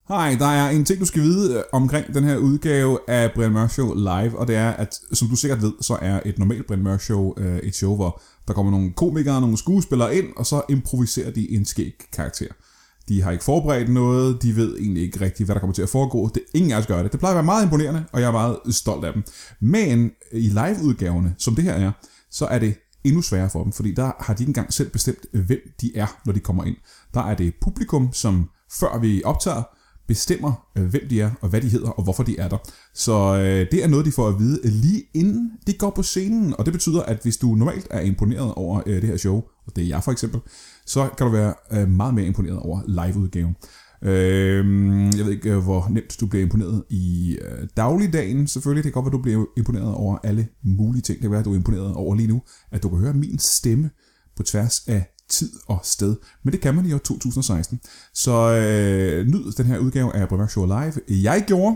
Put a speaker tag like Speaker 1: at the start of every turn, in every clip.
Speaker 1: Hej, der er en ting, du skal vide omkring den her udgave af Brian Mørk Show live, og det er, at som du sikkert ved, så er et normalt Brian Mørk Show et show, hvor der kommer nogle komikere, nogle skuespillere ind, og så improviserer de en skæg karakter. De har ikke forberedt noget, de ved egentlig ikke rigtigt, hvad der kommer til at foregå. Ingen af os gør det. Det plejer at være meget imponerende, og jeg er meget stolt af dem. Men i live-udgaverne, som det her er, så er det endnu sværere for dem, fordi der har de ikke engang selv bestemt, hvem de er, når de kommer ind. Der er det publikum, som før vi optager, bestemmer, hvem de er, og hvad de hedder, og hvorfor de er der. Så det er noget, de får at vide lige inden de går på scenen, og det betyder, at hvis du normalt er imponeret over det her show, og det er jeg for eksempel, så kan du være meget mere imponeret over live-udgaven. Jeg ved ikke, hvor nemt du bliver imponeret i dagligdagen. Selvfølgelig, det kan godt være, du bliver imponeret over alle mulige ting. Det kan være, at du er imponeret over lige nu, at du kan høre min stemme på tværs af tid og sted. Men det kan man i år 2016. Så nyd den her udgave af Brian Mørk Show Live. Jeg gjorde.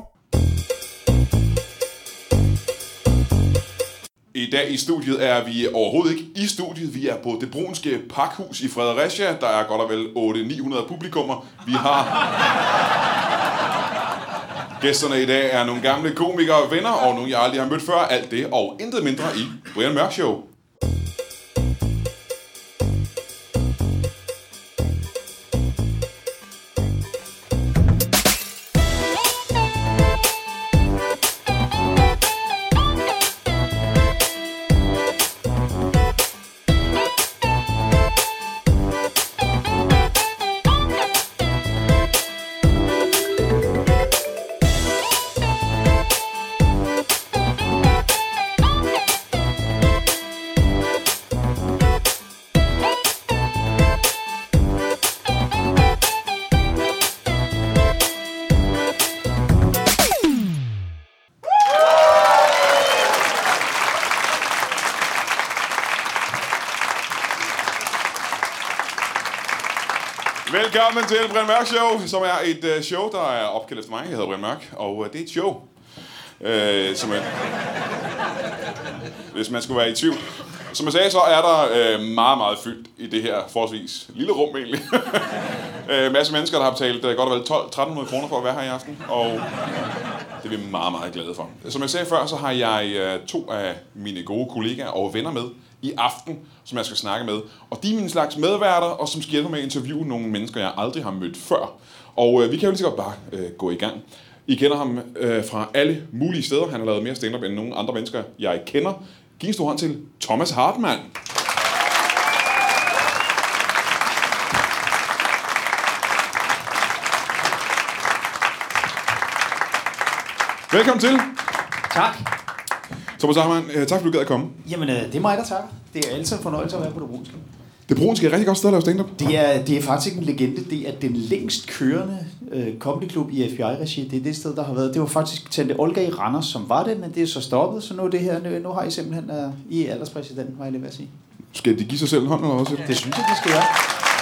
Speaker 2: I dag i studiet er vi overhovedet ikke i studiet. Vi er på Det Brunske Pakhus i Fredericia. Der er godt og vel 800-900 publikummer. Vi har... Gæsterne i dag er nogle gamle komikere og venner, og nogle jeg aldrig har mødt før. Alt det og intet mindre i Brian Mørk Show. Velkommen til Brian Mørk Show, som er et show, der er opkaldt efter mig. Jeg hedder Brian Mørk, og det er et show, hvis man skulle være i tvivl. Som jeg sagde, så er der meget, meget fyldt i det her forholdsvis lille rum egentlig. Masse mennesker, der har betalt godt og vel 1.300 kroner for at være her i aften, og det er vi meget, meget glade for. Som jeg sagde før, så har jeg to af mine gode kollegaer og venner med i aften, som jeg skal snakke med. Og de er mine slags medværter, og som skal hjælpe mig med at interviewe nogle mennesker, jeg aldrig har mødt før. Og vi kan jo lige så godt bare gå i gang. I kender ham fra alle mulige steder. Han har lavet mere stand-up end nogen andre mennesker, jeg kender. Giv en stor hånd til Thomas Hartmann. Velkommen til.
Speaker 3: Tak.
Speaker 2: Thomas Hartmann, tak fordi du gad at komme.
Speaker 3: Jamen, det er mig, der takker. Det er altid en fornøjelse at være på Det Brunske.
Speaker 2: Det Brunske er et rigtig godt sted at lave stand-up.
Speaker 3: Det er faktisk en legende. Det er den længst kørende comedyklub i FBI-regi. Det er det sted, der har været. Det var faktisk Tante Olga i Randers, som var det, men det er så stoppet. Så nu, det her, nu har I simpelthen I er alderspræsidenten, var jeg lige ved at sige.
Speaker 2: Skal de give sig selv en hånd eller også?
Speaker 3: Det synes jeg, de skal gøre.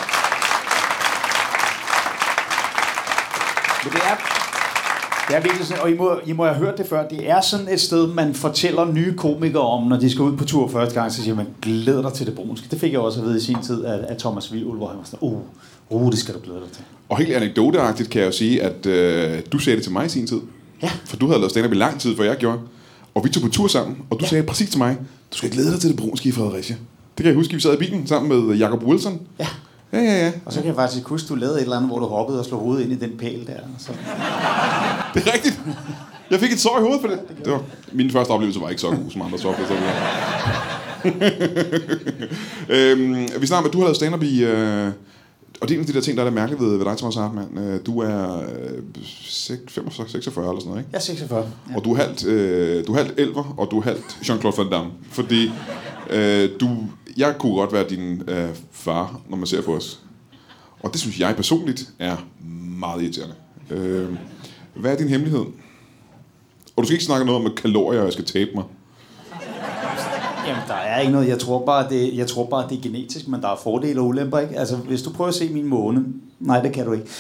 Speaker 3: Men det er virkelig sådan, og I må have hørt det før, det er sådan et sted, man fortæller nye komikere om, når de skal ud på tur første gang, så siger man, glæder dig til Det Brunske. Det fik jeg også at vide i sin tid af Thomas Wivel, hvor han var sådan, det skal du glæde dig til.
Speaker 2: Og helt anekdoteagtigt kan jeg jo sige, at du sagde det til mig i sin tid.
Speaker 3: Ja.
Speaker 2: For du havde lavet stand-up i lang tid, før jeg gjorde. Og vi tog på tur sammen, og du sagde præcis til mig, du skal glæde dig til Det Brunske i Fredericia. Det kan jeg huske, vi sad i bilen sammen med Jacob Wilson.
Speaker 3: Ja.
Speaker 2: Ja.
Speaker 3: Og så kan jeg faktisk huske, du lavede et eller andet, hvor du hoppede og slog hovedet ind i den pæl der. Så.
Speaker 2: Det er rigtigt. Jeg fik et sår i hovedet for det. Det var, min første oplevelse var ikke så god som andre sår. Vi snakker med, at du har lavet stand-up i... og det er en af de der ting, der er lidt mærkeligt ved dig, Thomas Hartmann. Du er 46 eller sådan noget, ikke?
Speaker 3: Jeg er 46. Ja.
Speaker 2: Og du er halvt elver, og du er halvt Jean-Claude Van Damme. Fordi jeg kunne godt være din far, når man ser på os. Og det synes jeg personligt er meget irriterende. Hvad er din hemmelighed? Og du skal ikke snakke noget om kalorier, og jeg skal tabe mig.
Speaker 3: Jamen, der er ikke noget. Jeg tror bare, det er genetisk, men der er fordele og ulemper, ikke? Altså, hvis du prøver at se min måne... Nej, det kan du ikke.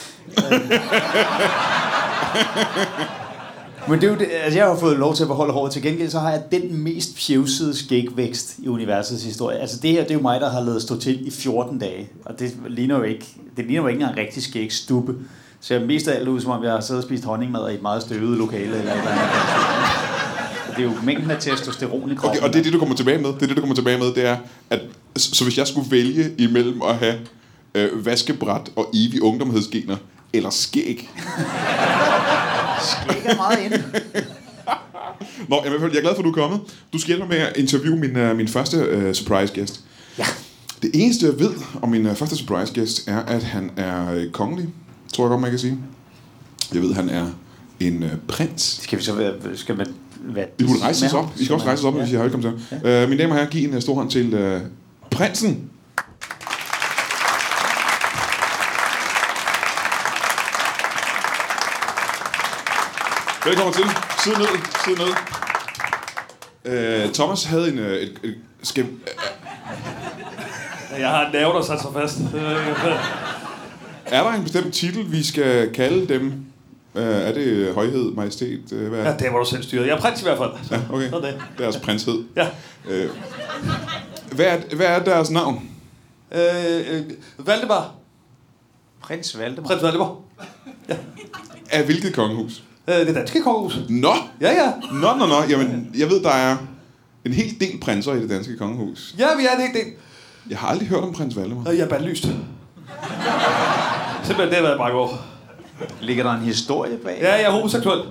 Speaker 3: Men det er jo det, altså jeg har fået lov til at beholde håret. Til gengæld så har jeg den mest pjevsede skægvækst i universets historie. Altså det her, det er jo mig, der har lavet stå til i 14 dage. Og det ligner jo ikke engang rigtig skægstubbe. ser mest af alt ud, som om jeg har siddet og spist honningmad i et meget støvet lokale eller et eller andet. Det er jo mængden af testosteron i kroppen.
Speaker 2: Okay, og det er det, du kommer tilbage med. Det er, at så hvis jeg skulle vælge imellem at have vaskebræt og evig ungdomhedsgener, eller skæg.
Speaker 3: Skæg er meget inde.
Speaker 2: Nå, jeg er glad for, at du er kommet. Du skal hjælpe mig med at interviewe min første surprise-gæst.
Speaker 3: Ja.
Speaker 2: Det eneste, jeg ved om min første surprise-gæst, er, at han er kongelig. Tror jeg godt, man kan sige. Jeg ved, han er en prins.
Speaker 3: Skal vi så være...
Speaker 2: Vi burde rejse os op. Vi skal også rejse os op, hvis I har velkommen til. Ja. Mine damer og herrer, giv en stor hånd til prinsen. Velkommen til. Sid ned. Thomas havde en...
Speaker 4: Jeg har en nerve, der sat sig fast.
Speaker 2: Er der en bestemt titel, vi skal kalde dem? Er det højhed, majestæt? Hvad er?
Speaker 4: Ja, det var du selv styret. Jeg er prins i hvert fald.
Speaker 2: Ja, okay.
Speaker 4: Sådan det.
Speaker 2: Deres prinshed.
Speaker 4: Ja.
Speaker 2: Hvad er deres navn?
Speaker 4: Valdemar.
Speaker 3: Prins Valdemar.
Speaker 4: Prins Valdemar. Ja.
Speaker 2: Af hvilket kongehus?
Speaker 4: Det danske kongehus.
Speaker 2: Nå!
Speaker 4: Ja.
Speaker 2: Nå. Jamen, jeg ved, der er en hel del prinser i det danske kongehus.
Speaker 4: Ja, vi er det ikke det.
Speaker 2: Jeg har aldrig hørt om prins Valdemar.
Speaker 4: Jeg er bandlyst. Simpelthen, det har været mange år.
Speaker 3: Ligger der en historie bag?
Speaker 4: Ja, jeg er homoseksuel.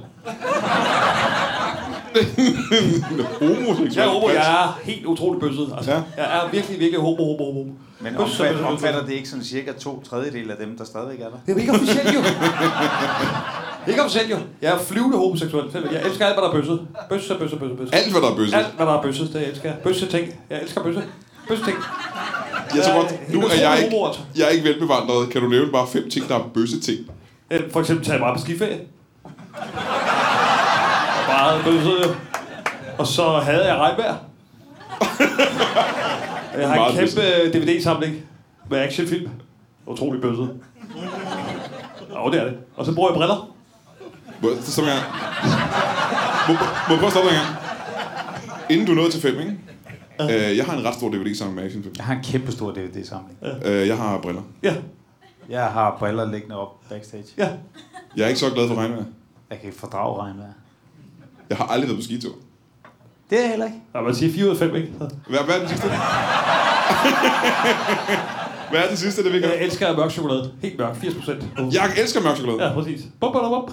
Speaker 2: Homoseksuel?
Speaker 4: Jeg er homo, jeg er helt utroligt bøsset. Altså,
Speaker 2: Ja.
Speaker 4: jeg er virkelig homo.
Speaker 3: Men omfatter det ikke sådan cirka 2/3 af dem, der stadigvæk er der?
Speaker 4: Det er ikke officielt jo. Ikke officielt jo. Jeg er flyvende homoseksuel. Jeg elsker alt, hvad der er bøsset. Bøsse.
Speaker 2: Alt, hvad der er bøsset?
Speaker 4: Alt, hvad der er bøsset, det elsker jeg. Bøsse ting. Jeg elsker bøsse. Bøsse ting.
Speaker 2: Jeg så godt, nu er jeg ikke velbevandret. Kan du nævne bare 5 ting, der er bøsse ting?
Speaker 4: For eksempel tage meget på skiferie. Meget bøsset. Og så havde jeg regnvejr. Jeg har en kæmpe DVD-samling med actionfilm. Utrolig bøsset. Jo, det er det. Og så bruger jeg briller.
Speaker 2: Må jeg prøve at stoppe en gang? Inden du er nået til 5, ikke? Jeg har en ret stor DVD-samling med actionfilm.
Speaker 3: Jeg har en kæmpe stor DVD-samling.
Speaker 2: Jeg har briller.
Speaker 4: Ja.
Speaker 3: Jeg har briller liggende op backstage.
Speaker 4: Ja.
Speaker 2: Jeg er ikke så glad for regnvejr.
Speaker 3: Jeg kan ikke fordrage regnvejr.
Speaker 2: Jeg har aldrig været på skitur.
Speaker 3: Det er jeg heller ikke.
Speaker 4: Ja, man siger 4 ud af 5, ikke?
Speaker 2: Hvad er den sidste? Hvad er den sidste, det vil
Speaker 4: Jeg elsker mørk chokolade. Helt mørk. 80%.
Speaker 2: Jeg elsker mørk chokolade.
Speaker 4: Ja, præcis. Bum.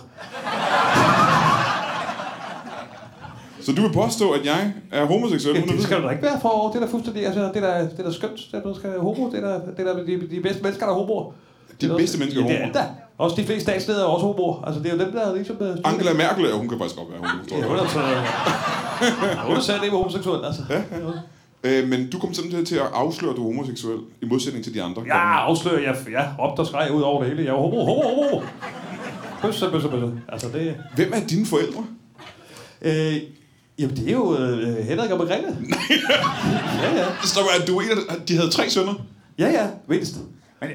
Speaker 2: Så du vil påstå, at jeg er homoseksuel?
Speaker 4: Ja, det skal du da ikke være for. Det er da fuldstændig, altså, det er da skønt. Det er der skal homo. Det er de bedste mennesker, der er homoer.
Speaker 2: De bedste mennesker er homoer?
Speaker 4: Ja, det er da. Også de fleste statsledere er også homoer. Altså, det er jo dem, der er ligesom...
Speaker 2: Angela Merkel, hun kan faktisk godt være homo.
Speaker 4: Ja, hun er sat det med homoseksuel, altså.
Speaker 2: Ja. Men du kom simpelthen til at afsløre, at du er homoseksuel, i modsætning til de andre.
Speaker 4: Ja, afslører jeg. Ja, råbte og skreg ud over det hele. Jeg er homo. Bøsse. Altså, det...
Speaker 2: Hvem er dine forældre?
Speaker 4: Jamen, det er jo Henrik og Margrethe. Ja.
Speaker 2: Så at du er en af de havde 3 sønner?
Speaker 4: Ja, mindst. Men,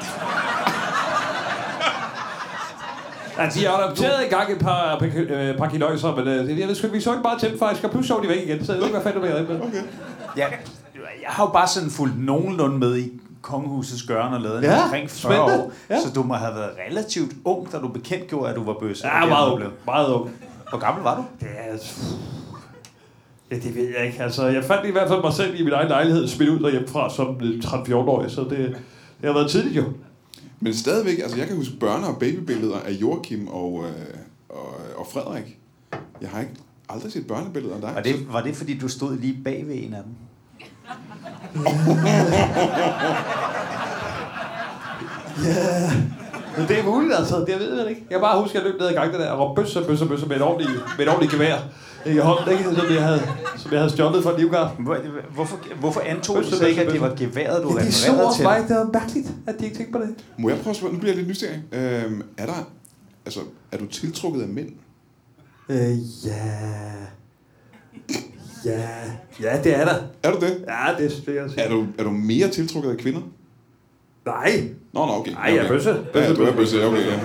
Speaker 4: altså, de har adopteret engang et par kinøjser, men jeg ved sgu ikke, vi så ikke bare til faktisk, og pludselig så de væk igen, så jeg ved ikke, hvad fanden du med.
Speaker 2: Okay.
Speaker 3: Ja, jeg har jo bare sådan fulgt nogenlunde med i kongehusets gøren og laden omkring 40 år, så du må have været relativt ung, da du bekendtgjorde, at du var bøsse.
Speaker 4: Ja, meget ung.
Speaker 3: Hvor gammel var du?
Speaker 4: Ja, det ved jeg ikke. Altså, jeg fandt i hvert fald mig selv i min egen lejlighed smidt ud derhjemmefra som 13-14-årig, så det har været tidligt jo.
Speaker 2: Men stadigvæk, altså jeg kan huske børne- og babybilleder af Joachim og Frederik. Jeg har ikke aldrig set børnebilleder af dig.
Speaker 3: Var det fordi, du stod lige bag ved en af dem?
Speaker 4: Ja, men det er muligt altså, det ved jeg ikke. Jeg bare husker, at jeg løb ned ad gangen der og råbte bøsse med et ordentligt gevær i hånden, ikke? Som jeg havde stjålet fra Livgarden.
Speaker 3: Hvorfor antog du så ikke, at det var geværet, du refererede til?
Speaker 4: Det er så også mig, det var mærkeligt, at de ikke tænkte på det.
Speaker 2: Må jeg prøve at spørge, nu bliver jeg lidt nysgerrig. Er du tiltrukket af mænd?
Speaker 4: Ja, det er der.
Speaker 2: Er du det?
Speaker 4: Ja, det er jeg sige.
Speaker 2: Er du mere tiltrukket af kvinder?
Speaker 4: Nej.
Speaker 2: Nå, okay.
Speaker 4: Nej, jeg er bøsse.
Speaker 2: Ja, du er bøsse, okay. Ja.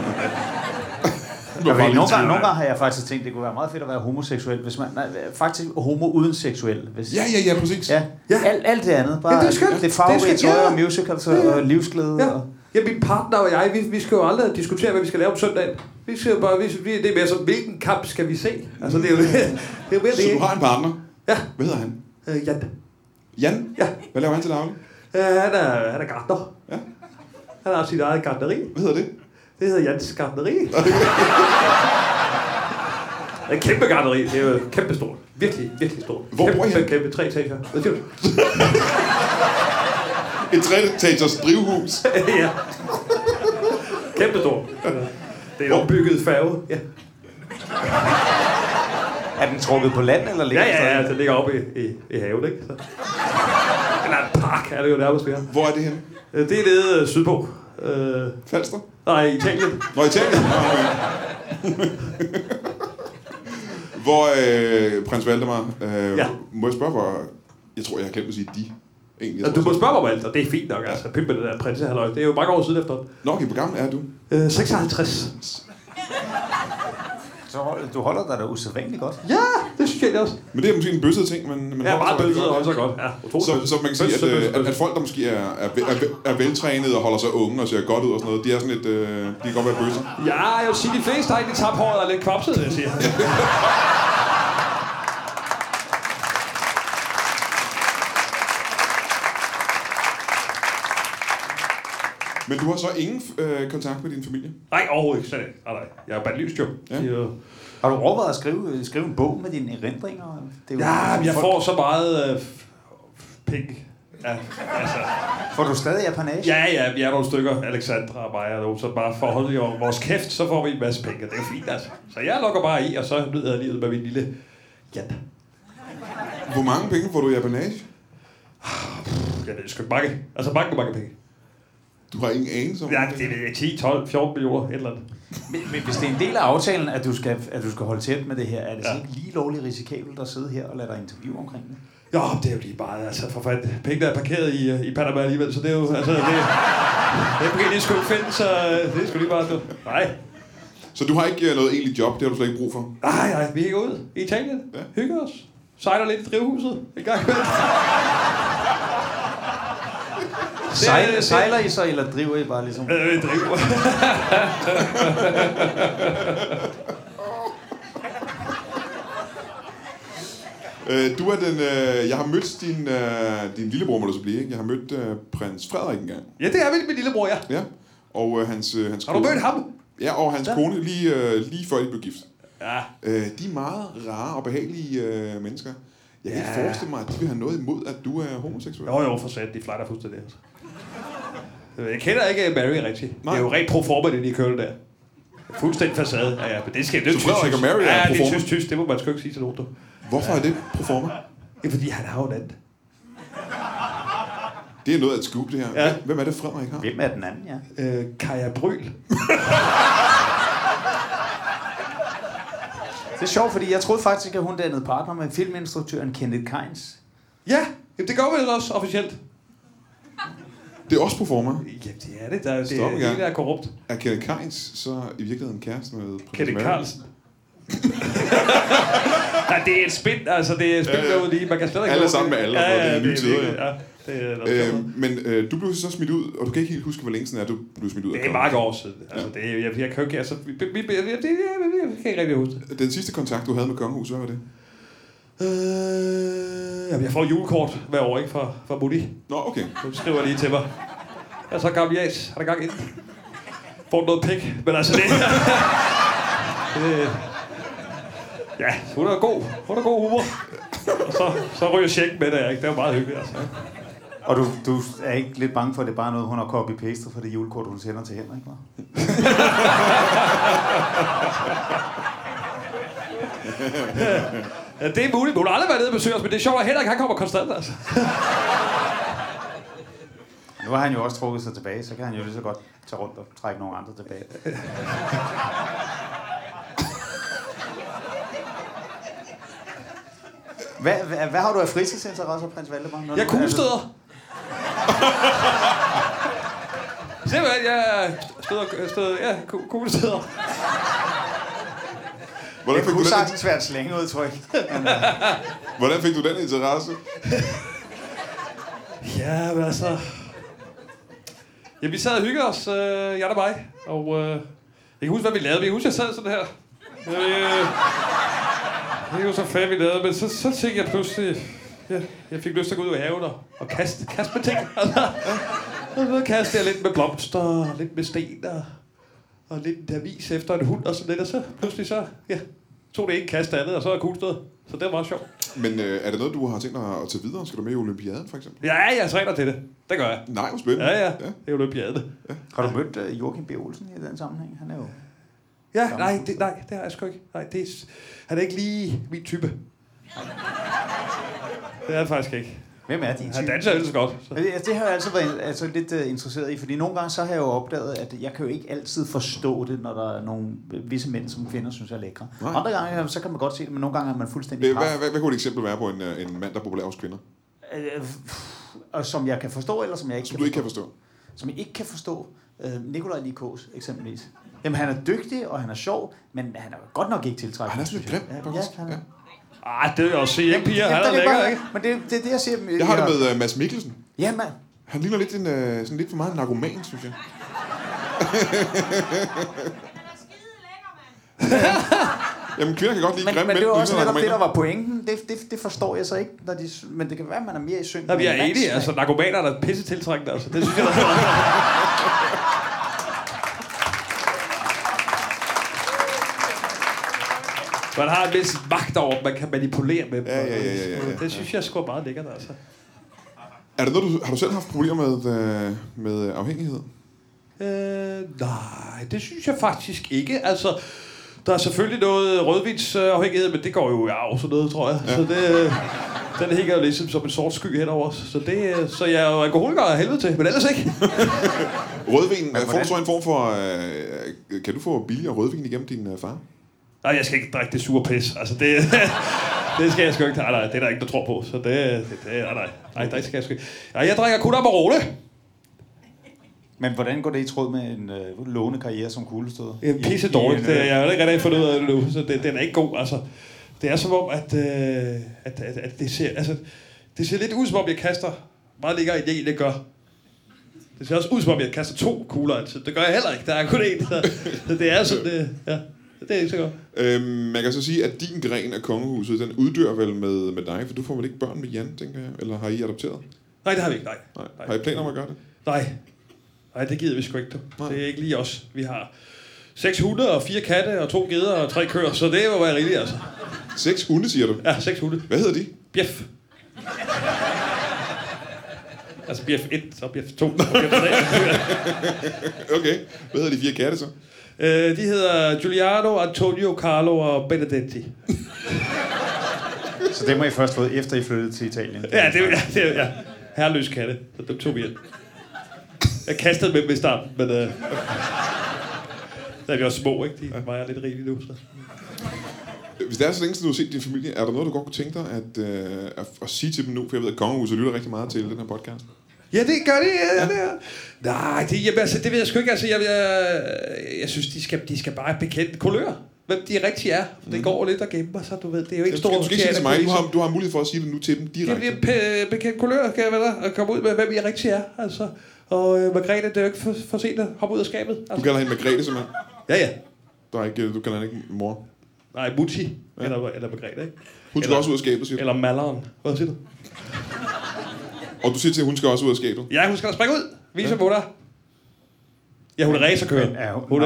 Speaker 3: Nogle gange har jeg faktisk tænkt, det kunne være meget fedt at være homoseksuel, hvis man... Nej, faktisk homo uden seksuel. Hvis,
Speaker 2: Ja, præcis.
Speaker 3: Ja. Alt det andet. Bare
Speaker 4: det er skønt.
Speaker 3: Det farverige tøj og musicals og livsglæde.
Speaker 4: Ja. Ja, min partner og jeg, vi skal jo aldrig diskutere, hvad vi skal lave om søndagen. Vi skal jo bare, det er mere så, hvilken kamp skal vi se? Altså, det er jo det. Det er jo mere
Speaker 2: Så du har en partner?
Speaker 4: Ja.
Speaker 2: Hvad hedder han?
Speaker 4: Jan.
Speaker 2: Jan?
Speaker 4: Ja.
Speaker 2: Hvad laver han til daglig?
Speaker 4: Han er gartner.
Speaker 2: Ja.
Speaker 4: Han har sit eget gartneri.
Speaker 2: Hvad hedder det?
Speaker 4: Det hedder Jans gartneri. Det er et kæmpe gartneri. Det er jo kæmpe stort. Virkelig, virkelig stort.
Speaker 2: Hvor bor I hen?
Speaker 4: Kæmpe 3 etager. Hvad siger du?
Speaker 2: Et 3-etagers drivhus.
Speaker 4: Ja. Kæmpe stort. Det er en ombygget færge. Ja.
Speaker 3: Er den trukket på land, eller ligger
Speaker 4: Ja, den ligger oppe i havet, ikke? Så. Eller en park er det jo nærmest mere.
Speaker 2: Hvor er det henne?
Speaker 4: Det er nede sydpå.
Speaker 2: Falster?
Speaker 4: Nej, Italien.
Speaker 2: Nå, Italien? Hvor, prins Valdemar,
Speaker 4: Ja.
Speaker 2: må jeg spørge, hvor... Jeg tror, jeg har glemt at sige de. Egentlig,
Speaker 4: Du må spørge mig om alt, og det er fint nok, altså. Pimpe det der prinsehalløj. Det er jo mange år siden efter.
Speaker 2: Nå, okay, hvor gammel er du?
Speaker 4: 56.
Speaker 3: Så du holder dig da usædvanligt godt.
Speaker 4: Ja, det synes jeg også.
Speaker 2: Men det er måske en bøsset ting, men
Speaker 4: Ja, meget
Speaker 2: rigtig
Speaker 4: bøsset og
Speaker 2: godt.
Speaker 4: også godt. Ja, utroligt.
Speaker 2: Så man kan sige, at folk, der måske er veltrænede og holder sig unge og ser godt ud og sådan noget, de er sådan lidt, de kan godt være bøsser.
Speaker 4: Ja, jeg vil sige, de fleste har egentlig tabt håret og er lidt kvapset, jeg siger.
Speaker 2: Men du har så ingen kontakt med din familie?
Speaker 4: Nej, overhovedet ikke. Slet ikke. Nej. Jeg er bandlyst jo.
Speaker 2: Ja.
Speaker 3: Har du overvejet at skrive en bog med dine erindringer? Det er jo
Speaker 4: Ja, men jeg får så meget penge. Ja, altså.
Speaker 3: Får du stadig apanage?
Speaker 4: Ja, vi er nogle stykker, Alexandra og mig, og så bare for at holde vores kæft, så får vi en masse penge. Det er jo fint, altså. Så jeg lukker bare i, og så nyder jeg livet med min lille Jan.
Speaker 2: Hvor mange penge får du i apanage?
Speaker 4: Jeg ved sgu ikke mange. Altså mange penge.
Speaker 2: Du har ingen anelse om
Speaker 4: Ja, det er 10, 12, 14 millioner, et eller andet.
Speaker 3: Men hvis det er en del af aftalen, at du skal holde tæt med det her, er det så ikke lige lovligt risikabelt at sidde her og lade dig interview omkring det?
Speaker 4: Jo, det er jo lige bare, altså for fanden. Pengene er parkeret i Panama alligevel, så det er jo, altså, det er lige sgu ikke finde, så det er sgu lige bare, nej.
Speaker 2: Så du har ikke noget egentligt job, det har du slet ikke brug for?
Speaker 4: Nej, vi hænger ud i Italien, hygger os, sejler lidt i drivhuset, en gang imellem.
Speaker 3: Sejler I så, eller driver I bare ligesom?
Speaker 4: Driver.
Speaker 2: Du er den... jeg har mødt din lillebror, må det så blive, ikke? Jeg har mødt prins Frederik engang.
Speaker 4: Ja, det er vel min lillebror, ja.
Speaker 2: Ja, og hans
Speaker 4: Har du mødt ham?
Speaker 2: Ja, og hans kone lige før de blev gift.
Speaker 4: Ja.
Speaker 2: De er meget rare og behagelige mennesker. Jeg kan ikke forestille mig, at de vil have noget imod, at du er homoseksuel.
Speaker 4: Jo, for sat, de flejter fuldstændig. Altså. Jeg kender ikke Mary rigtigt.
Speaker 2: Nej.
Speaker 4: Det er jo rent pro forma, det de køler der. Fuldstændig facade. Ja, men det skal det.
Speaker 2: Så Frederik og Mary er
Speaker 4: ja,
Speaker 2: pro
Speaker 4: det er
Speaker 2: forma?
Speaker 4: tysk. Det må man sgu ikke sige til nogen, du.
Speaker 2: Hvorfor er det proforma?
Speaker 4: Det er fordi, han har jo en anden.
Speaker 2: Det er noget af et scoop, det her.
Speaker 4: Ja.
Speaker 2: Hvem er det, Frederik har?
Speaker 3: Hvem er den anden, ja?
Speaker 4: Kaja Bryl.
Speaker 3: Det er sjovt, fordi jeg troede faktisk, at hun dannede partner med filminstruktøren Kenneth Kainz.
Speaker 4: Ja, det gør vi også officielt.
Speaker 2: Det er også proforma.
Speaker 4: Ja, det er det. Det
Speaker 2: Stop
Speaker 4: er
Speaker 2: igen.
Speaker 4: hele er korrupt.
Speaker 2: Er Kenneth Kainz så i virkeligheden kæreste med prins
Speaker 4: Kenneth
Speaker 2: Mary?
Speaker 4: Carlsen. Ja, det er et spin, altså det er et spin derude lige. Man kan slet ikke...
Speaker 2: Alle sammen med alle, og det er nye tider,
Speaker 4: ja. Det er
Speaker 2: Men du blev så smidt ud, og du kan ikke helt huske, hvor længe siden er du blev smidt ud af
Speaker 4: det er
Speaker 2: kongen.
Speaker 4: mange år siden. Altså, det er, jeg kan jo ikke... Altså, jeg kan ikke rigtig huske det.
Speaker 2: Den sidste kontakt, du havde med kongehuset, hvad var det?
Speaker 4: Jamen, jeg får julekort hver år, ikke? Fra Mutti.
Speaker 2: Nå, okay.
Speaker 4: Hun skriver lige til mig. Jeg er så gammel jas. Har der gang ind? Får du noget pik? Men altså, det... ja, hun er god. Hun er god humor. Og så ryger check med det, ikke? Det er jo meget hyggeligt, altså.
Speaker 3: Og du er ikke lidt bange for, at det er bare noget, hun har copy-pastet fra det julekort, hun sender til Henrik, hva'?
Speaker 4: Ja, det er muligt. Hun har aldrig været nede og besøge os, men det er sjovt, at Henrik han kommer konstant, altså.
Speaker 3: Nu har han jo også trukket sig tilbage, så kan han jo lige så godt tage rundt og trække nogle andre tilbage. Hvad har du af fritidsinteresser, prins Valdemar?
Speaker 4: Jeg er kuglestøder. Simpelthen, jeg støder, kuglestøder.
Speaker 3: Det kunne sagtens være et slængeudtryk.
Speaker 2: Hvordan fik du den interesse?
Speaker 4: Ja, men altså... Ja, vi sad og hyggede os, jeg og mig. Og jeg kan huske, hvad vi lavede. Jeg husker, jeg sad sådan her. Det var så fanden, vi lavede. Men så tænkte jeg pludselig... Jeg fik lyst til at gå ud i haven og kaste med ting. Og så kastede jeg lidt med blomster, lidt med sten og lidt en avis efter en hund og sådan lidt. Og så pludselig tog det ikke kast andet, og så er Kuglsted. Så det var meget sjovt.
Speaker 2: Men er det noget, du har tænkt dig at tage videre? Skal du med i Olympiaden, for eksempel?
Speaker 4: Ja, jeg træner til det. Det gør jeg.
Speaker 2: Nej, hvor spændende.
Speaker 4: Ja. Det er Olympiaden.
Speaker 2: Ja.
Speaker 3: Har du mødt Joachim B. Olsen i den sammenhæng? Han er jo...
Speaker 4: Ja, nej, det har jeg sgu ikke. Nej, han er ikke lige min type. Det er han faktisk ikke.
Speaker 3: Hvem er din type?
Speaker 4: Han danser ellers godt. Så.
Speaker 3: Det har jeg altid været lidt interesseret i, fordi nogle gange så har jeg jo opdaget, at jeg kan jo ikke altid forstå det, når der er nogle visse mænd, som kvinder synes er lækre. Nej. Andre gange, så kan man godt se det, men nogle gange er man fuldstændig
Speaker 2: hvad kunne et eksempel være på en mand, der er populær hos kvinder?
Speaker 3: Som jeg kan forstå, eller som jeg ikke
Speaker 2: som du ikke kan forstå?
Speaker 3: Som jeg ikke kan forstå. Nikolaj Likås, eksempelvis. Jamen, han er dygtig, og han er sjov, men han er godt nok ikke tiltrækkende.
Speaker 2: Han er sådan lidt grim, faktisk.
Speaker 3: Ja,
Speaker 4: det vil jeg også sige, ikke, piger? Han er lækker, ikke?
Speaker 3: Men det er det, jeg siger.
Speaker 2: Jeg har det med Mads Mikkelsen.
Speaker 3: Ja, mand.
Speaker 2: Han ligner lidt sådan lidt for meget narkoman, synes jeg. Jamen, kvinder kan godt lide grimme mænd.
Speaker 3: Men det var også netop det, der var pointen. Det forstår jeg så ikke, når men det kan være, at man er mere i synk.
Speaker 4: Vi er enige. Altså, narkomaner er pisse tiltrækkende. Altså. Det synes jeg, man har en vis magt over, man kan manipulere med dem.
Speaker 2: Ja.
Speaker 4: Det synes jeg sgu er meget lækkert, altså.
Speaker 2: Er det noget, har du selv haft problemer med afhængighed?
Speaker 4: Nej, det synes jeg faktisk ikke. Altså, der er selvfølgelig noget rødvinsafhængighed, men det går jo i arv, sådan noget, tror jeg. Ja. Så den hænger jo ligesom som en sort sky henover os. Så jeg er jo alkoholiker af helvede til, men ellers ikke.
Speaker 2: Rødvin, får du så en form for... kan du få billigere rødvin igennem din far?
Speaker 4: Nej, jeg skal ikke drikke det sure pis. Altså, det skal jeg sgu ikke. Nej, det er der ikke, der tror på. Så nej, det skal jeg sgu ikke. Nej, jeg drikker kun Amarone.
Speaker 3: Men hvordan går det i tråd med en lovende karriere som kuglestøder?
Speaker 4: Det er pisse dårligt. Jeg har ikke rigtig fundet ud af det nu, så den er ikke god. Altså, det er som om, at det ser lidt ud, som om jeg kaster meget længere, end jeg egentlig gør. Det ser også ud, som om jeg kaster 2 kugler altid. Det gør jeg heller ikke. Der er kun én. Så det er sådan, ja. Det er ikke så godt.
Speaker 2: Man kan så sige, at din gren af kongehuset, den uddør vel med dig, for du får vel ikke børn med Jan, tænker jeg? Eller har I adopteret?
Speaker 4: Nej, det har vi ikke, nej.
Speaker 2: Har I planer om at gøre det?
Speaker 4: Nej, det gider vi sgu ikke, du. Det er ikke lige os. Vi har 6 hunde og 4 katte og 2 geder og 3 køer, så det må være rigeligt, altså.
Speaker 2: 6 hunde, siger du?
Speaker 4: Ja, 6 hunde.
Speaker 2: Hvad hedder de?
Speaker 4: Bjef. Altså Bjef 1, så Bjef 2, og Bjef 3.
Speaker 2: Okay. Hvad hedder de 4 katte så?
Speaker 4: De hedder Giuliano, Antonio, Carlo og Benedetti.
Speaker 3: Så det må I først fået efter I flyttede til Italien?
Speaker 4: Ja, det er herreløs katte. Så dem tog vi ind. Jeg kastede med dem i starten, men der er vi også små, ikke? De vejer lidt rigeligt nu, så.
Speaker 2: Hvis det er så længe, siden du har set din familie, er der noget, du godt kunne tænke dig at sige til dem nu? For jeg ved, at kongehuset lytter rigtig meget til den her podcast.
Speaker 4: Ja, det gør de. Ja. Nej, det ved jeg sgu ikke. Altså, jeg synes, de skal bare bekende kulør. Hvem de rigtig er. Det går lidt og gemmer sig, du ved. Det er jo ikke stort.
Speaker 2: Du skal ikke sige til mig. Du har mulighed for at sige det nu til dem direkte.
Speaker 4: Det bliver bekendt kulør, kan jeg være der, og komme ud med, hvem I rigtig er. Altså. Og Margrethe, det er jo ikke for sent at hoppe ud af skabet. Altså.
Speaker 2: Du kalder hende Margrethe, simpelthen?
Speaker 4: Ja.
Speaker 2: Du kalder hende ikke mor?
Speaker 4: Nej, Mutti. Ja. Eller Margrethe, ikke?
Speaker 2: Hun skal også ud af skabet, siger du?
Speaker 4: Eller Malleren. Hvad siger du?
Speaker 2: Og du siger til, at hun skal også ud af skabet?
Speaker 4: Ja, hun skal da springe ud. Vis mig, mutter. Ja, hun er racerkører. Hun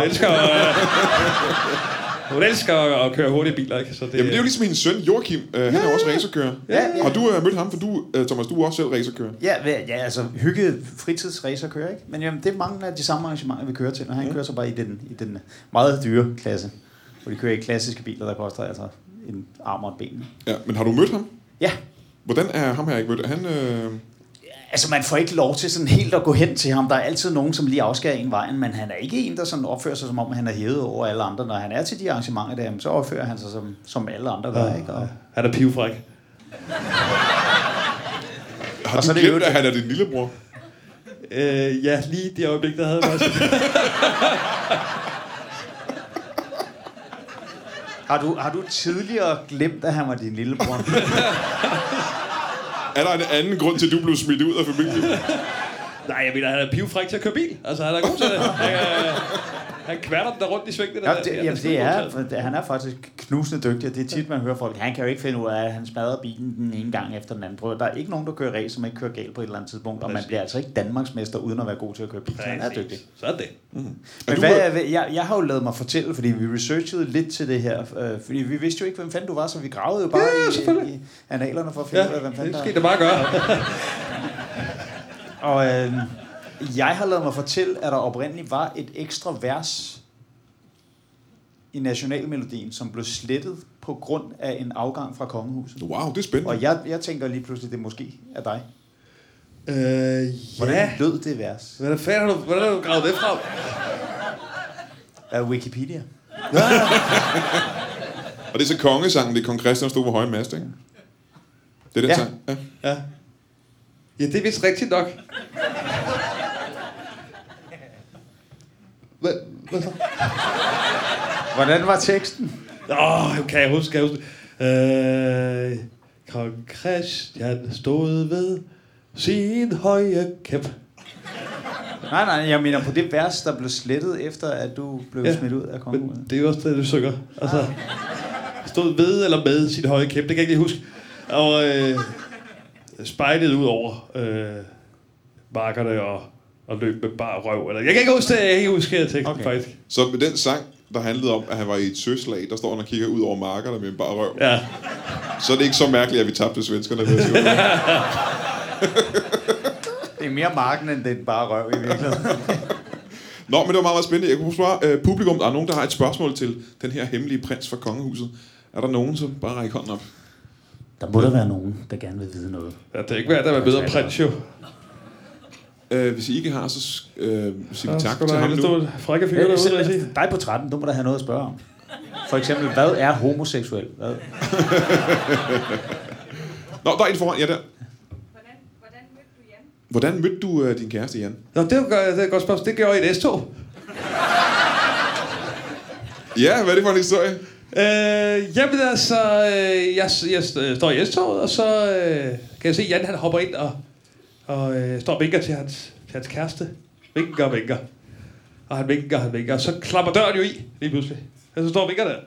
Speaker 4: elsker at køre hurtige biler, ikke? Så det,
Speaker 2: jamen, det er jo ligesom hendes søn, Joachim. Han er også racerkører.
Speaker 3: Ja.
Speaker 2: Har du mødt ham? For du, Thomas, du er også selv racerkører.
Speaker 3: Ja, altså fritidsracerkører, ikke? Men jamen, det er mange af de samme arrangementer, vi kører til. Og han kører så bare i den meget dyre klasse. Hvor de kører i klassiske biler, der koster altså en arm og et ben.
Speaker 2: Ja, men har du mødt ham?
Speaker 3: Ja.
Speaker 2: Hvordan er ham her ikke mødt? Han...
Speaker 3: Altså, man får ikke lov til sådan helt at gå hen til ham. Der er altid nogen, som lige afskærer en vejen, men han er ikke en, der sådan opfører sig, som om han er hævet over alle andre. Når han er til de arrangementer der, så opfører han sig som alle andre gør, ikke? Og...
Speaker 4: Han er pivfræk.
Speaker 2: Har du glemt, at han er din lillebror?
Speaker 4: Ja, lige det øjeblik, der havde mig.
Speaker 3: Har du tidligere glemt, at han var din lillebror?
Speaker 2: Er der en anden grund til, at du blev smidt ud af familien?
Speaker 4: Nej, jeg mener, han er pivfræk til at køre bil. Altså, han er god til det. Han kværter den der rundt i svingene.
Speaker 3: Han er faktisk knusende dygtig, og det er tit, man hører folk, han kan jo ikke finde ud af, at han smadrer bilen den ene gang efter den anden. Der er ikke nogen, der kører race, som ikke kører galt på et eller andet tidspunkt, og man bliver altså ikke Danmarksmester, uden at være god til at køre bil. Han er dygtig.
Speaker 4: Så er det.
Speaker 3: Men jeg har jo lavet mig fortælle, fordi vi researchede lidt til det her, fordi vi vidste jo ikke, hvem fanden du var, så vi gravede jo bare i analerne for at finde ud af, hvem fanden
Speaker 4: det skal det bare gøre.
Speaker 3: Og jeg har lavet mig fortælle, at der oprindeligt var et ekstra vers i nationalmelodien, som blev slettet på grund af en afgang fra kongehuset.
Speaker 2: Wow, det er spændende.
Speaker 3: Og jeg tænker lige pludselig, det måske er dig.
Speaker 4: Hvordan
Speaker 3: lød det vers?
Speaker 4: Hvordan har du gravet det frem?
Speaker 3: Wikipedia.
Speaker 2: Og det er så kongesangen, det er Kong Christian stod på høje mast, ikke? Det er den sang?
Speaker 4: Ja. Ja, det er vist rigtigt nok. Hvad så?
Speaker 3: Hvordan var teksten?
Speaker 4: Kan jeg huske. Kong Christian stod ved sin høje kæp.
Speaker 3: Nej, jeg mener på det vers, der blev slettet efter, at du blev smidt ud af kongehuset.
Speaker 4: Men det er jo også det, du synger. Altså, stod ved eller med sin høje kæp, det kan jeg ikke lige huske. Og spejlede ud over markerne og løb med bare røv. Eller, jeg kan ikke huske det, jeg kan ikke huske teksten faktisk.
Speaker 2: Så med den sang, der handlede om, at han var i et søslag, der står han og kigger ud over markerne med en bare røv.
Speaker 4: Ja.
Speaker 2: Så er det ikke så mærkeligt, at vi tabte svenskerne.
Speaker 3: Det er mere marken, end den bare røv i virkeligheden.
Speaker 2: Nå, men det var meget, meget spændende. Jeg kunne spørge publikum, der er nogen, der har et spørgsmål til den her hemmelige prins fra kongehuset. Er der nogen, som bare rækker hånden op?
Speaker 3: Der må der være nogen, der gerne vil vide noget.
Speaker 4: Ja, det er ikke værd, at være bedre prins, jo.
Speaker 2: Hvis I ikke har, så siger vi tak til ham nu.
Speaker 4: Frække fyre derude,
Speaker 3: dig på 13, du må da have noget at spørge om. For eksempel, hvad er homoseksuel? Hvad?
Speaker 2: Nå, der er en foran jer der.
Speaker 5: Hvordan mødte du Jan?
Speaker 2: Hvordan mødte du din kæreste, Jan?
Speaker 4: Nå, det er et godt spørgsmål. Det gjorde jeg i et S-tog.
Speaker 2: Ja, hvad er det for en historie?
Speaker 4: Jamen altså, jeg står i S-toget, og så kan jeg se, at Jan han hopper ind og står og vinker til hans kæreste. Vinker. Og han vinker, og så klapper døren jo i, lige pludselig. Og så står og vinker der.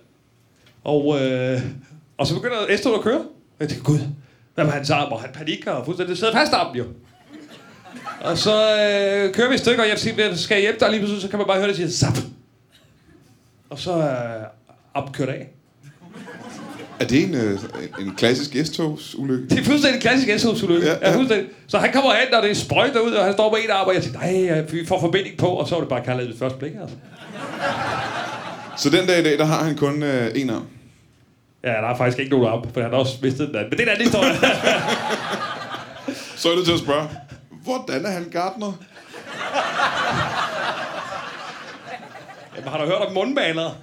Speaker 4: Og så begynder S-toget at køre. Og jeg tænker, gud, hvad var hans arm? Og han panikker og fuldstændig sidder fast armen jo. Og så kører vi et stykke, og jeg siger, skal jeg hjælpe dig? Lige pludselig, så kan man bare høre det sige, zap. Og så armen kørt af.
Speaker 2: Er det en klassisk S-togsulykke?
Speaker 4: Det er fuldstændig en klassisk S-togsulykke. Ja. Så han kommer hen, og det er sprøjt derud, og han står på en arm, og jeg tænker, nej, vi får forbinding på, og så var det bare kaldet ved første blik, altså.
Speaker 2: Så den dag i dag, der har han kun en arm?
Speaker 4: Ja, der er faktisk ikke nogen arm, for han har også mistet den anden. Men det er en anden historie.
Speaker 2: Så er det til at spørge, hvordan er han gartner?
Speaker 4: Jamen, har du hørt om mundmalere?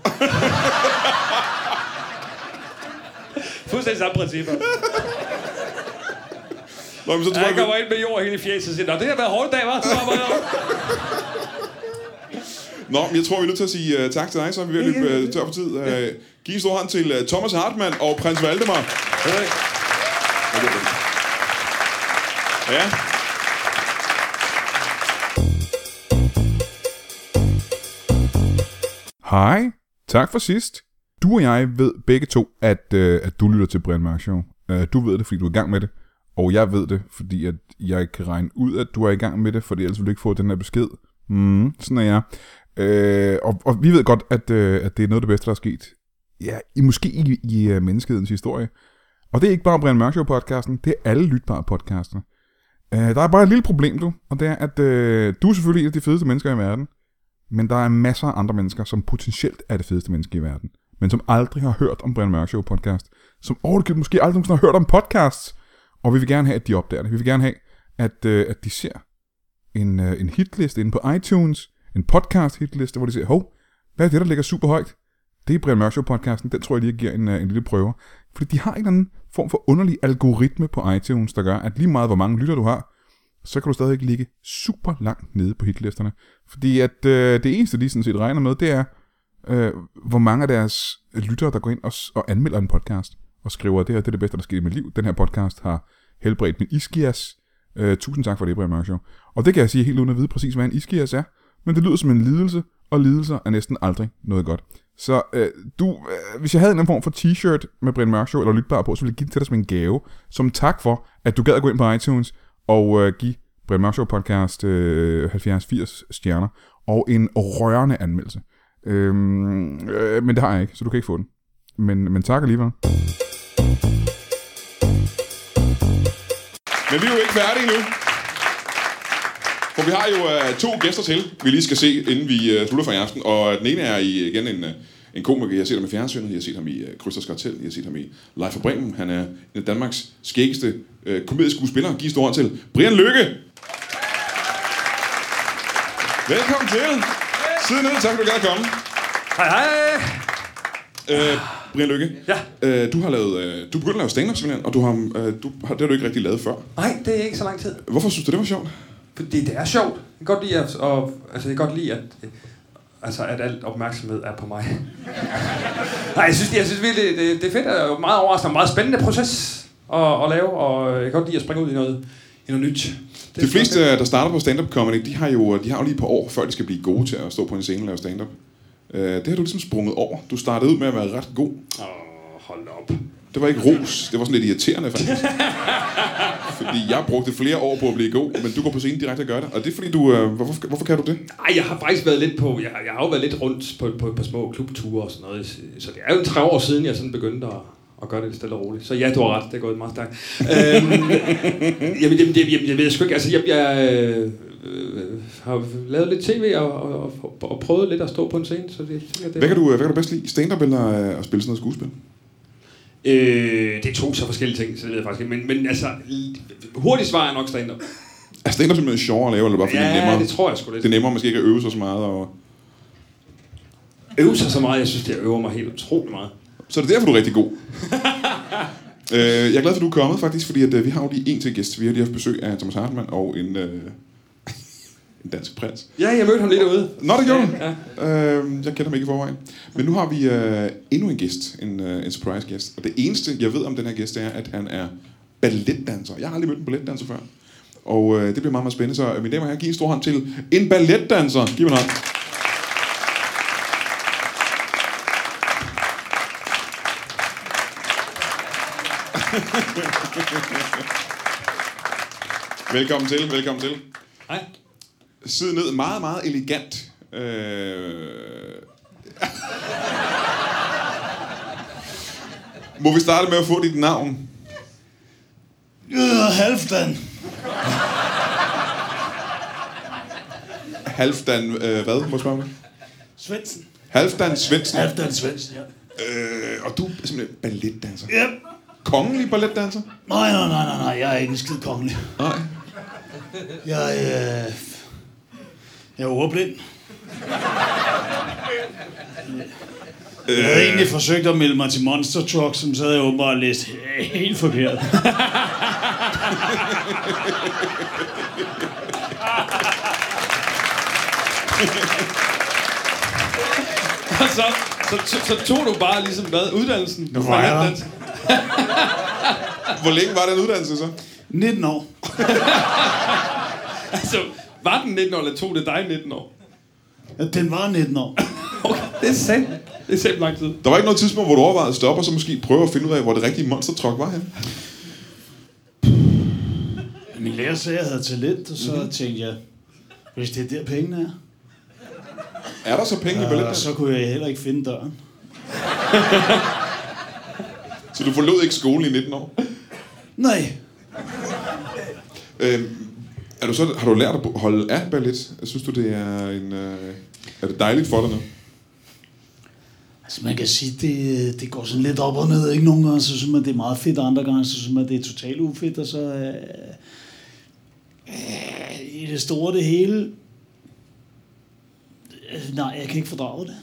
Speaker 4: Fuldstændig samme principper.
Speaker 2: Nå, men så tror
Speaker 4: jeg kommer ind med jord hele fjeset og siger, det har været hårdt dag, hva'?
Speaker 2: Nå, men jeg tror, vi er nødt til at sige tak til dig, så er vi ved at løbe tør for tid. Giv en stor hånd til Thomas Hartmann og prins Valdemar. Ja.
Speaker 1: Hej, tak for sidst. Du og jeg ved begge to, at du lytter til Brian Mørk Show. Du ved det, fordi du er i gang med det. Og jeg ved det, fordi at jeg kan regne ud, at du er i gang med det, fordi ellers vil du ikke få den her besked. Sådan er jeg. Og vi ved godt, at det er noget af det bedste, der er sket. Ja, måske i menneskehedens historie. Og det er ikke bare Brian Mørk Show-podcasten, det er alle lytbare podcaster. Der er bare et lille problem, og det er, at du er selvfølgelig en af de fedeste mennesker i verden. Men der er masser af andre mennesker, som potentielt er det fedeste menneske i verden. Men som aldrig har hørt om Brian Mørk Show podcast. Som måske aldrig har hørt om podcasts. Og vi vil gerne have, at de opdager det. Vi vil gerne have, at de ser en hitliste inde på iTunes. En podcast hitliste, hvor de siger, hov, hvad er det, der ligger super højt? Det er Brian Mørk Show podcasten. Den tror jeg lige giver en lille prøve. Fordi de har en eller anden form for underlig algoritme på iTunes, der gør, at lige meget hvor mange lytter du har, så kan du stadig ligge super langt nede på hitlisterne. Fordi at det eneste, de sådan set regner med, det er, hvor mange af deres lyttere, der går ind og anmelder en podcast, og skriver, det her det er det bedste, der skete i mit liv. Den her podcast har helbredt min iskias. Tusind tak for det, Brian Mørk Show. Og det kan jeg sige helt uden at vide præcis, hvad en ischias er. Men det lyder som en lidelse, og lidelser er næsten aldrig noget godt. Så hvis jeg havde en form for t-shirt med Brian Mørk Show eller lytbar på, så ville jeg give det til dig som en gave. Som tak for, at du gad at gå ind på iTunes og give Brian Mørk Show podcast 70-80 stjerner og en rørende anmeldelse. Men det har jeg ikke, så du kan ikke få den. Men tak alligevel.
Speaker 2: Men vi er jo ikke færdige nu. For vi har jo 2 gæster til, vi lige skal se, inden vi slutter for i aften. Og den ene er igen en komiker. Jeg har set ham i fjernsynet, jeg har set ham i Krysters Kartel, jeg har set ham i Live fra Bremen. Han er en af Danmarks skæggeste komedieskuespillere. Giv stor hånd til Brian Lykke. Velkommen til. Sid ned, tak for du gad komme.
Speaker 4: Hej.
Speaker 2: Brian Lykke,
Speaker 4: ja.
Speaker 2: Du begyndte at lave stand-up simpelthen, og det har du ikke rigtig lavet før.
Speaker 4: Nej, det er ikke så lang tid.
Speaker 2: Hvorfor synes du, det var sjovt?
Speaker 4: Fordi det er sjovt. Jeg kan godt lide, at al opmærksomhed er på mig. Nej, jeg synes virkelig, det er fedt og meget overraskende, meget spændende proces at lave, og jeg kan godt lide at springe ud i noget nyt.
Speaker 2: De fleste, der starter på stand-up comedy, de har jo lige et par år, før de skal blive gode til at stå på en scene og lave stand-up. Det har du ligesom sprunget over. Du startede ud med at være ret god.
Speaker 4: Hold op.
Speaker 2: Det var ikke ros, det var sådan lidt irriterende faktisk. Fordi jeg brugte flere år på at blive god, men du går på scenen direkte og gør det. Og det er fordi du, hvorfor kan du det?
Speaker 4: Ej, jeg har faktisk været lidt på, jeg har jo været lidt rundt på små klubture og sådan noget. Så det er jo 3 år siden, jeg sådan begyndte at gøre det lidt stille og roligt. Så ja, du har ret, det er gået meget stærkt. Jeg ved sgu ikke, altså jeg har lavet lidt tv og prøvet lidt at stå på en scene. Så det.
Speaker 2: Hvad kan du bedst lide? Stand-up eller at spille sådan noget skuespil?
Speaker 4: Det er 2 så forskellige ting, så det ved jeg faktisk ikke. Men altså, hurtigt svar er nok stand-up.
Speaker 2: Er stand-up simpelthen sjovere at lave, eller bare fordi det er nemmere?
Speaker 4: Ja, det tror jeg sgu lidt.
Speaker 2: Det er nemmere måske ikke at øve sig så meget. Og...
Speaker 4: Øve sig så meget? Jeg synes, det øver mig helt utroligt meget.
Speaker 2: Så er det derfor, du er rigtig god. Jeg er glad for, at du er kommet faktisk, fordi at, vi har jo lige en til gæst. Vi har lige haft besøg af Thomas Hartmann og en dansk prins.
Speaker 4: Ja, jeg mødte ham lidt derude.
Speaker 2: Nå, det gjorde du? Ja. Jeg kender ham ikke i forvejen. Men nu har vi endnu en gæst, en surprise gæst. Og det eneste, jeg ved om den her gæst, er, at han er balletdanser. Jeg har aldrig mødt en balletdanser før. Og det bliver meget, meget spændende. Så mine damer og herrer, giv en stor hånd til en balletdanser. Giv mig en hånd. Velkommen til.
Speaker 4: Hej.
Speaker 2: Sid ned, meget, meget elegant. Må vi starte med at få dit navn?
Speaker 5: Halvdan.
Speaker 2: Halvdan, hvad? Må jeg spørge mig?
Speaker 5: Svendsen.
Speaker 2: Halvdan Svendsen.
Speaker 5: Halvdan Svendsen, ja.
Speaker 2: Og du er simpelthen balletdanser?
Speaker 5: Ja.
Speaker 2: Kongelig balletdanser?
Speaker 5: Nej, jeg er ikke en skid kongelig.
Speaker 2: Nej.
Speaker 5: Jeg er ordblind. Jeg havde egentlig forsøgt at melde mig til Monster Truck, som så havde jeg åbenbart læst helt forkert.
Speaker 4: Så tog du bare ligesom hvad? Uddannelsen?
Speaker 5: Det var jeg.
Speaker 2: Hvor længe var den uddannelse så?
Speaker 5: 19 år.
Speaker 4: Altså, var den 19 år, eller tog det dig 19 år?
Speaker 5: Ja, den var 19 år.
Speaker 4: Okay, det er sandt. Det er sandt lang tid.
Speaker 2: Der var ikke noget tidspunkt, hvor du overvejede at stoppe, og så måske prøve at finde ud af, hvor det rigtige Monster Truck var henne?
Speaker 5: Min lærer sagde, at jeg havde talent, og så tænkte jeg, hvis det er der pengene er.
Speaker 2: Er der så penge i balletdans?
Speaker 5: Så kunne jeg heller ikke finde døren.
Speaker 2: Så du forlod ikke skolen i 19 år?
Speaker 5: Nej.
Speaker 2: Har du lært at holde af ballet? Synes du, det er er det dejligt for dig nu?
Speaker 5: Altså man kan sige, det går sådan lidt op og ned, ikke? Nogle gange så synes man, det er meget fedt, og andre gange så synes man, det er totalt ufedt, og så i det store det hele, nej, jeg kan ikke fordrage det.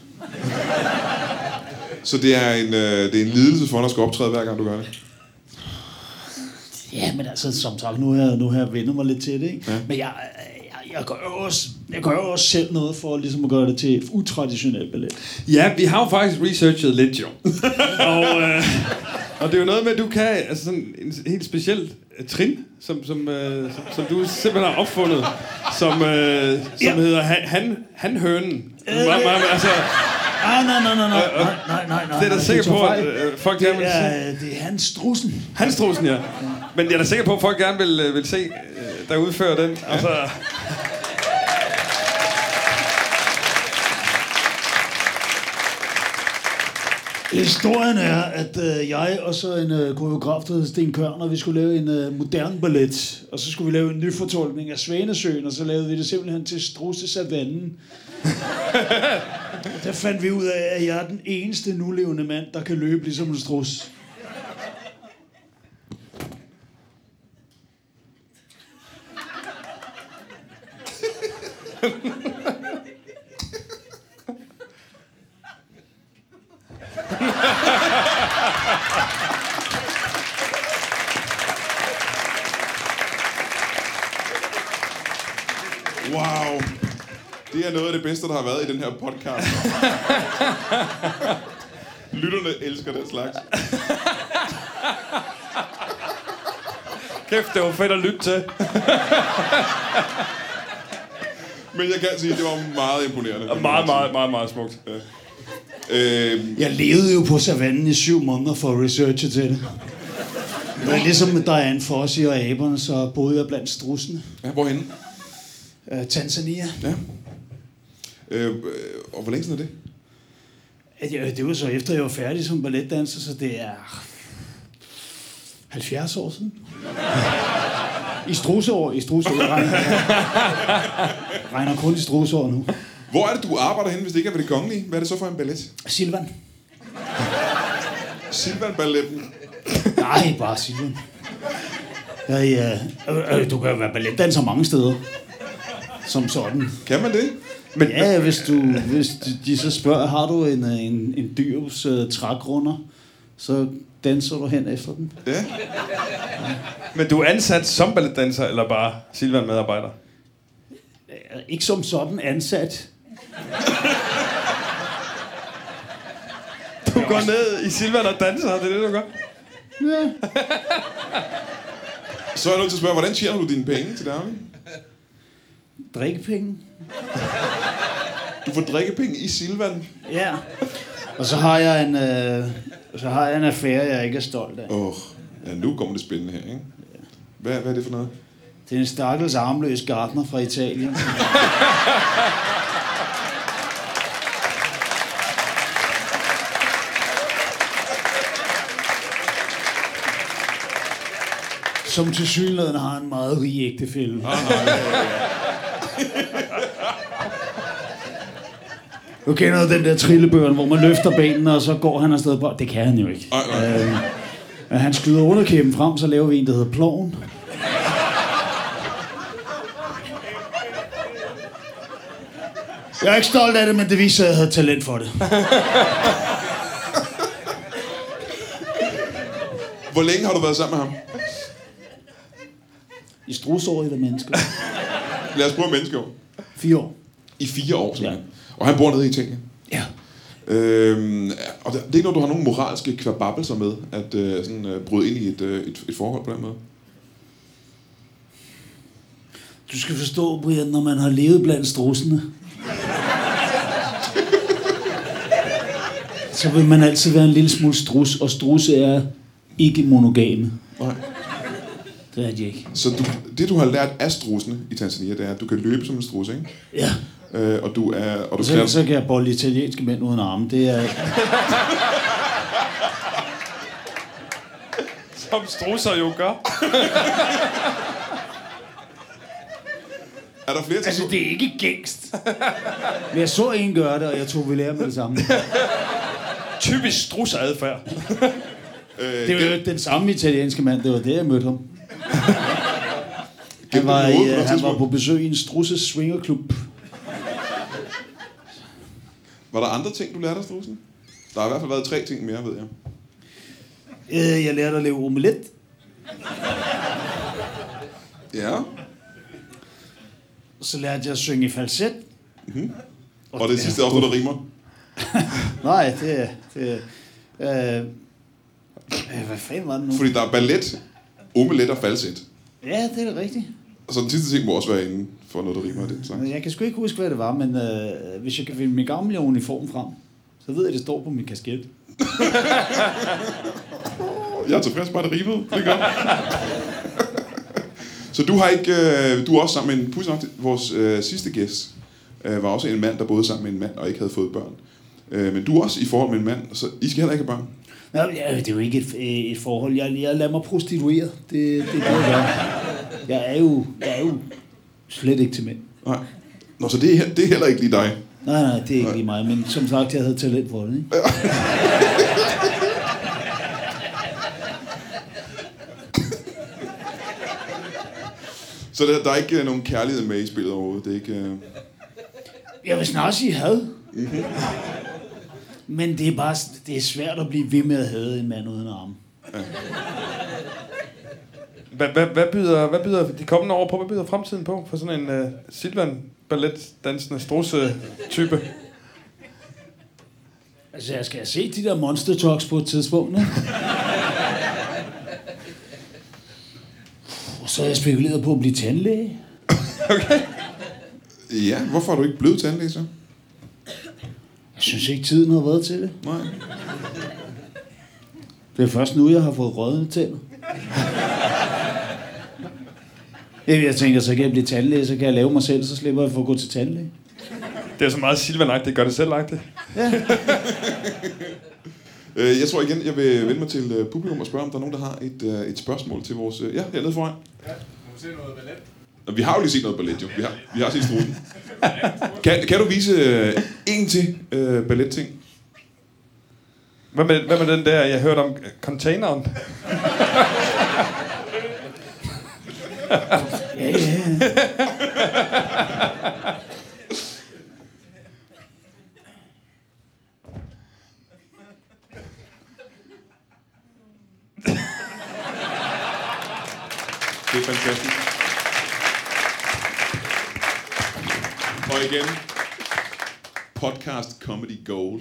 Speaker 2: Så det er en lidelse for dig at skal optræde hver gang du gør det?
Speaker 5: Ja, men altså, som sagt, nu har jeg vendt mig lidt til det, ikke? Ja. Men jeg gør jo også selv noget for ligesom at gøre det til utraditionelt ballet.
Speaker 4: Ja, vi har jo faktisk researchet lidt, jo. Og det er jo noget med, at du kan altså sådan en helt specielt trin, som du simpelthen har opfundet, som hedder han-hønen. Altså,
Speaker 5: Nej.
Speaker 4: Det er da sikker på, at folk gerne vil se.
Speaker 5: Det er Hans-strussen.
Speaker 4: Hans-strussen, ja. Men jeg er da sikker på, at folk gerne vil se, der udfører den. Ja. Altså...
Speaker 5: Historien er, at jeg og så en koreograf, der hedder Sten Kørner, vi skulle lave en moderne ballet, og så skulle vi lave en ny fortolkning af Svanesøen, og så lavede vi det simpelthen til Strusse-savannen. Der fandt vi ud af, at jeg er den eneste nulevende mand, der kan løbe ligesom en strus.
Speaker 2: Wow. Det er noget af det bedste, der har været i den her podcast. Lytterne elsker den slags.
Speaker 4: Kæft, det var fedt at lytte til.
Speaker 2: Men jeg kan sige, at det var meget imponerende.
Speaker 4: Og meget smukt. Ja.
Speaker 5: Jeg levede jo på savannen i 7 måneder for at researche til det. Det var ligesom med Diane Fossey og aberne, så boede jeg blandt strussene.
Speaker 2: Ja, hvorhenne?
Speaker 5: Tanzania.
Speaker 2: Ja. Og hvor længe siden er det?
Speaker 5: Det var så efter, jeg var færdig som balletdanser, så det er 70 år siden. I strusseår. Regner kun i strusseår nu.
Speaker 2: Hvor er det, du arbejder henne, hvis det ikke er ved det kongelige? Hvad er det så for en ballet?
Speaker 5: Silvan.
Speaker 2: Silvan-balletten?
Speaker 5: Nej, bare Silvan. Ja. Du kan jo være balletdanser mange steder. Som sådan.
Speaker 2: Kan man det?
Speaker 5: Men ja, hvis de så spørger, har du en dyrs trækrunder, så danser du hen efter den.
Speaker 2: Ja.
Speaker 4: Men du er ansat som balletdanser, eller bare Silvan-medarbejder?
Speaker 5: Ikke som sådan ansat.
Speaker 4: Du går ned i Silvan og danser, det er det, du gør?
Speaker 5: Ja.
Speaker 2: Så er jeg nødt til at spørge, hvordan tjener du dine penge til daglig?
Speaker 5: Drikkepenge.
Speaker 2: Du får drikkepenge i Silvan?
Speaker 5: Ja. Og så har jeg en affære, jeg ikke er stolt af.
Speaker 2: Ja, nu kommer det spændende her, ikke? Hvad er det for noget?
Speaker 5: Det er en stakkels armløs gartner fra Italien. Som tilsyneladende har en meget rig ægtefælle. Du kender den der trillebøren, hvor man løfter benene, og så går han afsted på. Det kan han jo ikke. Han skyder underkæben frem, så laver vi en, der hedder ploven. Jeg er ikke stolt af det, men det viser, at jeg havde talent for det.
Speaker 2: Hvor længe har du været sammen med ham?
Speaker 5: I strusår eller mennesker?
Speaker 2: Lad os prøve menneskeår.
Speaker 5: 4 år.
Speaker 2: I 4 år, simpelthen.
Speaker 5: Ja.
Speaker 2: Og han bor nede i Italien?
Speaker 5: Ja.
Speaker 2: Og det er ikke noget, du har nogle moralske kvababelser med, at bryde ind i et forhold på den måde?
Speaker 5: Du skal forstå, Brian, når man har levet blandt strussene, så vil man altid være en lille smule strus, og strusse er ikke monogame.
Speaker 2: Nej.
Speaker 5: Det er de ikke.
Speaker 2: Så det, du har lært af strussene i Tanzania, det er, at du kan løbe som en strusse, ikke?
Speaker 5: Ja.
Speaker 2: Og du er... Og du
Speaker 5: så kan jeg bolle italienske mænd uden arme. Det er...
Speaker 4: Som strusser jo gør.
Speaker 2: Er der flere ting?
Speaker 5: Altså, det er ikke gængst. Men jeg så en gøre det, og jeg tog ved lære med det samme.
Speaker 4: Typisk strusseadfærd.
Speaker 5: Det var jo den samme italienske mand. Det var der, jeg mødte ham. Han var på besøg i en strusses swingerklub.
Speaker 2: Var der andre ting, du lærte af strussen? Der har i hvert fald været 3 ting mere, ved jeg.
Speaker 5: Jeg lærte at lave omelet.
Speaker 2: Ja.
Speaker 5: Så lærte jeg at synge i falset.
Speaker 2: Mm-hmm. Og det sidste er også noget, der rimer.
Speaker 5: Nej, det hvad fanden var det nu?
Speaker 2: Fordi der er ballet omelet og falset.
Speaker 3: Ja, det er det rigtigt.
Speaker 2: Og så den sidste ting må også være inden for noget, der rimer af den slags.
Speaker 3: Jeg kan sgu ikke huske, hvad det var, men hvis jeg kan finde min gamle uniform frem, så ved jeg, at det står på min kasket.
Speaker 2: Jeg er tilfreds bare, det rimede. Det gør. Så du har ikke, du er også sammen med en pudsigt nok, vores sidste gæst var også en mand, der boede sammen med en mand og ikke havde fået børn. Men du er også i forhold med en mand, så I skal heller ikke have børn.
Speaker 3: Ja, det er jo ikke et forhold. Jeg lader mig prostituere. Det er det, jeg gør. Jeg er jo slet ikke til mænd.
Speaker 2: Nej. Nå, så det er heller ikke lige dig.
Speaker 3: Nej, det er ikke lige mig. Men som sagt, jeg havde talent for det, ikke?
Speaker 2: Så der er ikke nogen kærlighed med i spillet overhovedet? Det er ikke...
Speaker 3: Jeg vil snart sige had. Mm-hmm. Men det er svært at blive ved med at have en mand uden arme. Ja.
Speaker 4: Hvad byder de kommende år på? Hvad byder fremtiden på for sådan en Silvan balletdansende strusse-type?
Speaker 3: Altså, jeg skal se de der Monster Talks på et tidspunkt, ikke? Og så har jeg spekuleret på at blive tandlæge.
Speaker 2: Okay. Ja, hvorfor er du ikke blevet tandlæge så?
Speaker 3: Jeg synes ikke, tiden har været til det.
Speaker 2: Nej.
Speaker 3: Det er først nu, jeg har fået rødne tænder. Jeg tænker, så kan jeg blive tandlæge, så kan jeg lave mig selv, så slipper jeg for at gå til tandlæge.
Speaker 4: Det er så meget Silvan-agtigt, det gør det selv-agtigt.
Speaker 3: Ja.
Speaker 2: Jeg tror igen, jeg vil vende mig til publikum og spørge, om der er nogen, der har et spørgsmål til vores... Ja, hernede foran.
Speaker 6: Ja, må vi se noget ballet?
Speaker 2: Vi har jo lige set noget ballet, jo. Vi har set Struden. Kan du vise en til balletting?
Speaker 4: Hvad med den der, jeg hørte om containeren?
Speaker 3: Ja.
Speaker 2: Det er fantastisk. Og igen, podcast comedy gold.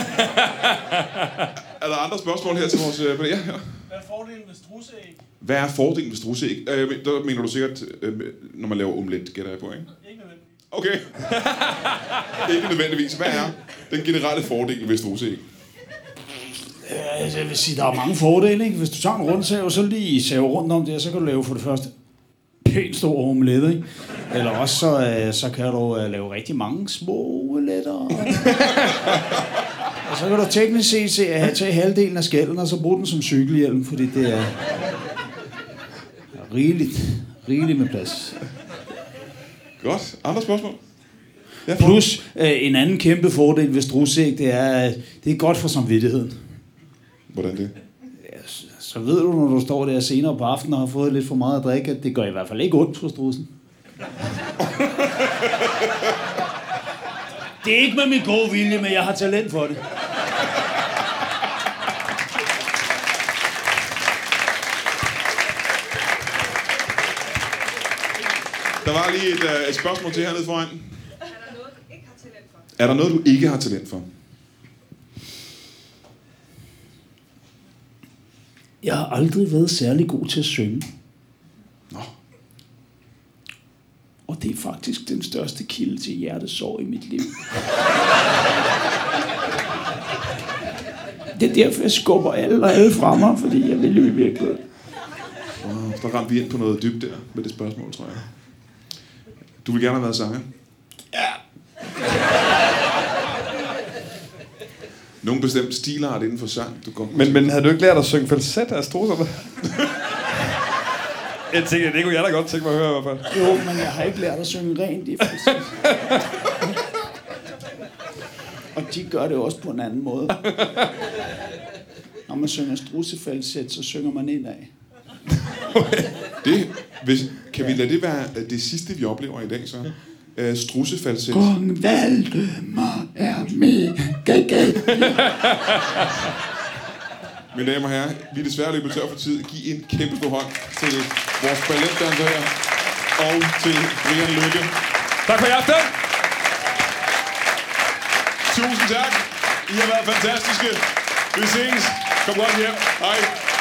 Speaker 2: Er der andre spørgsmål her til vores... Ja.
Speaker 6: Hvad er fordelen ved strusseæg?
Speaker 2: Hvad er fordelen ved strusseæg? Der mener du sikkert, når man laver omelet, gætter jeg på, ikke?
Speaker 6: Ikke nødvendigvis.
Speaker 2: Okay. Ikke nødvendigvis. Hvad er den generelle fordel ved strusseæg?
Speaker 3: Jeg vil sige, der er mange fordele, ikke? Hvis du tager en rundsav, så lige save rundt om det, så kan du lave for det første pænt store omeletter, ikke? Eller også så kan du lave rigtig mange små omeletter. Og så kan du teknisk set tage halvdelen af skallen, og så bruge den som cykelhjelm, fordi det er rigeligt med plads.
Speaker 2: Godt. Andre spørgsmål? Ja,
Speaker 3: Plus en anden kæmpe fordel ved strusæg, det er, at det er godt for samvittigheden.
Speaker 2: Hvordan det?
Speaker 3: Ja, så ved du, når du står der senere på aftenen og har fået lidt for meget at drikke, at det gør i hvert fald ikke ondt på strussen. Det er ikke med min gode vilje, men jeg har talent for det.
Speaker 2: Der var lige et spørgsmål til hernede foran.
Speaker 7: Er der noget, du ikke har talent for?
Speaker 2: Er der noget, du ikke har talent for?
Speaker 3: Jeg har aldrig været særlig god til at synge.
Speaker 2: Nå.
Speaker 3: Og det er faktisk den største kilde til hjertesorg i mit liv. Det er derfor, jeg skubber alle fra mig, fordi jeg vil jo virkelig.
Speaker 2: Wow, der ramte vi ind på noget dybt der med det spørgsmål, tror jeg. Du vil gerne have været sanger?
Speaker 3: Ja.
Speaker 2: Nogen bestemt stilart inden for sang, du går
Speaker 4: Men havde du ikke lært at synge falset af strusserne? Jeg tænker, det kunne jeg da godt tænke mig at høre i hvert fald.
Speaker 3: Jo, men jeg har ikke lært at synge rent i falset. Og de gør det også på en anden måde. Når man synger strussefalset, så synger man indad.
Speaker 2: Kan vi lade det være det sidste, vi oplever i dag, så? Strussefalset.
Speaker 3: Kong Valdemar er mega gay.
Speaker 2: Mine damer og herrer, vi er desværre løbet tør for tid. Giv en kæmpe stor hånd til vores balletdanser her, og til Brian Lykke.
Speaker 4: Tak for i aften!
Speaker 2: Tusind tak. I har været fantastiske. Vi ses. Kom godt hjem. Hej.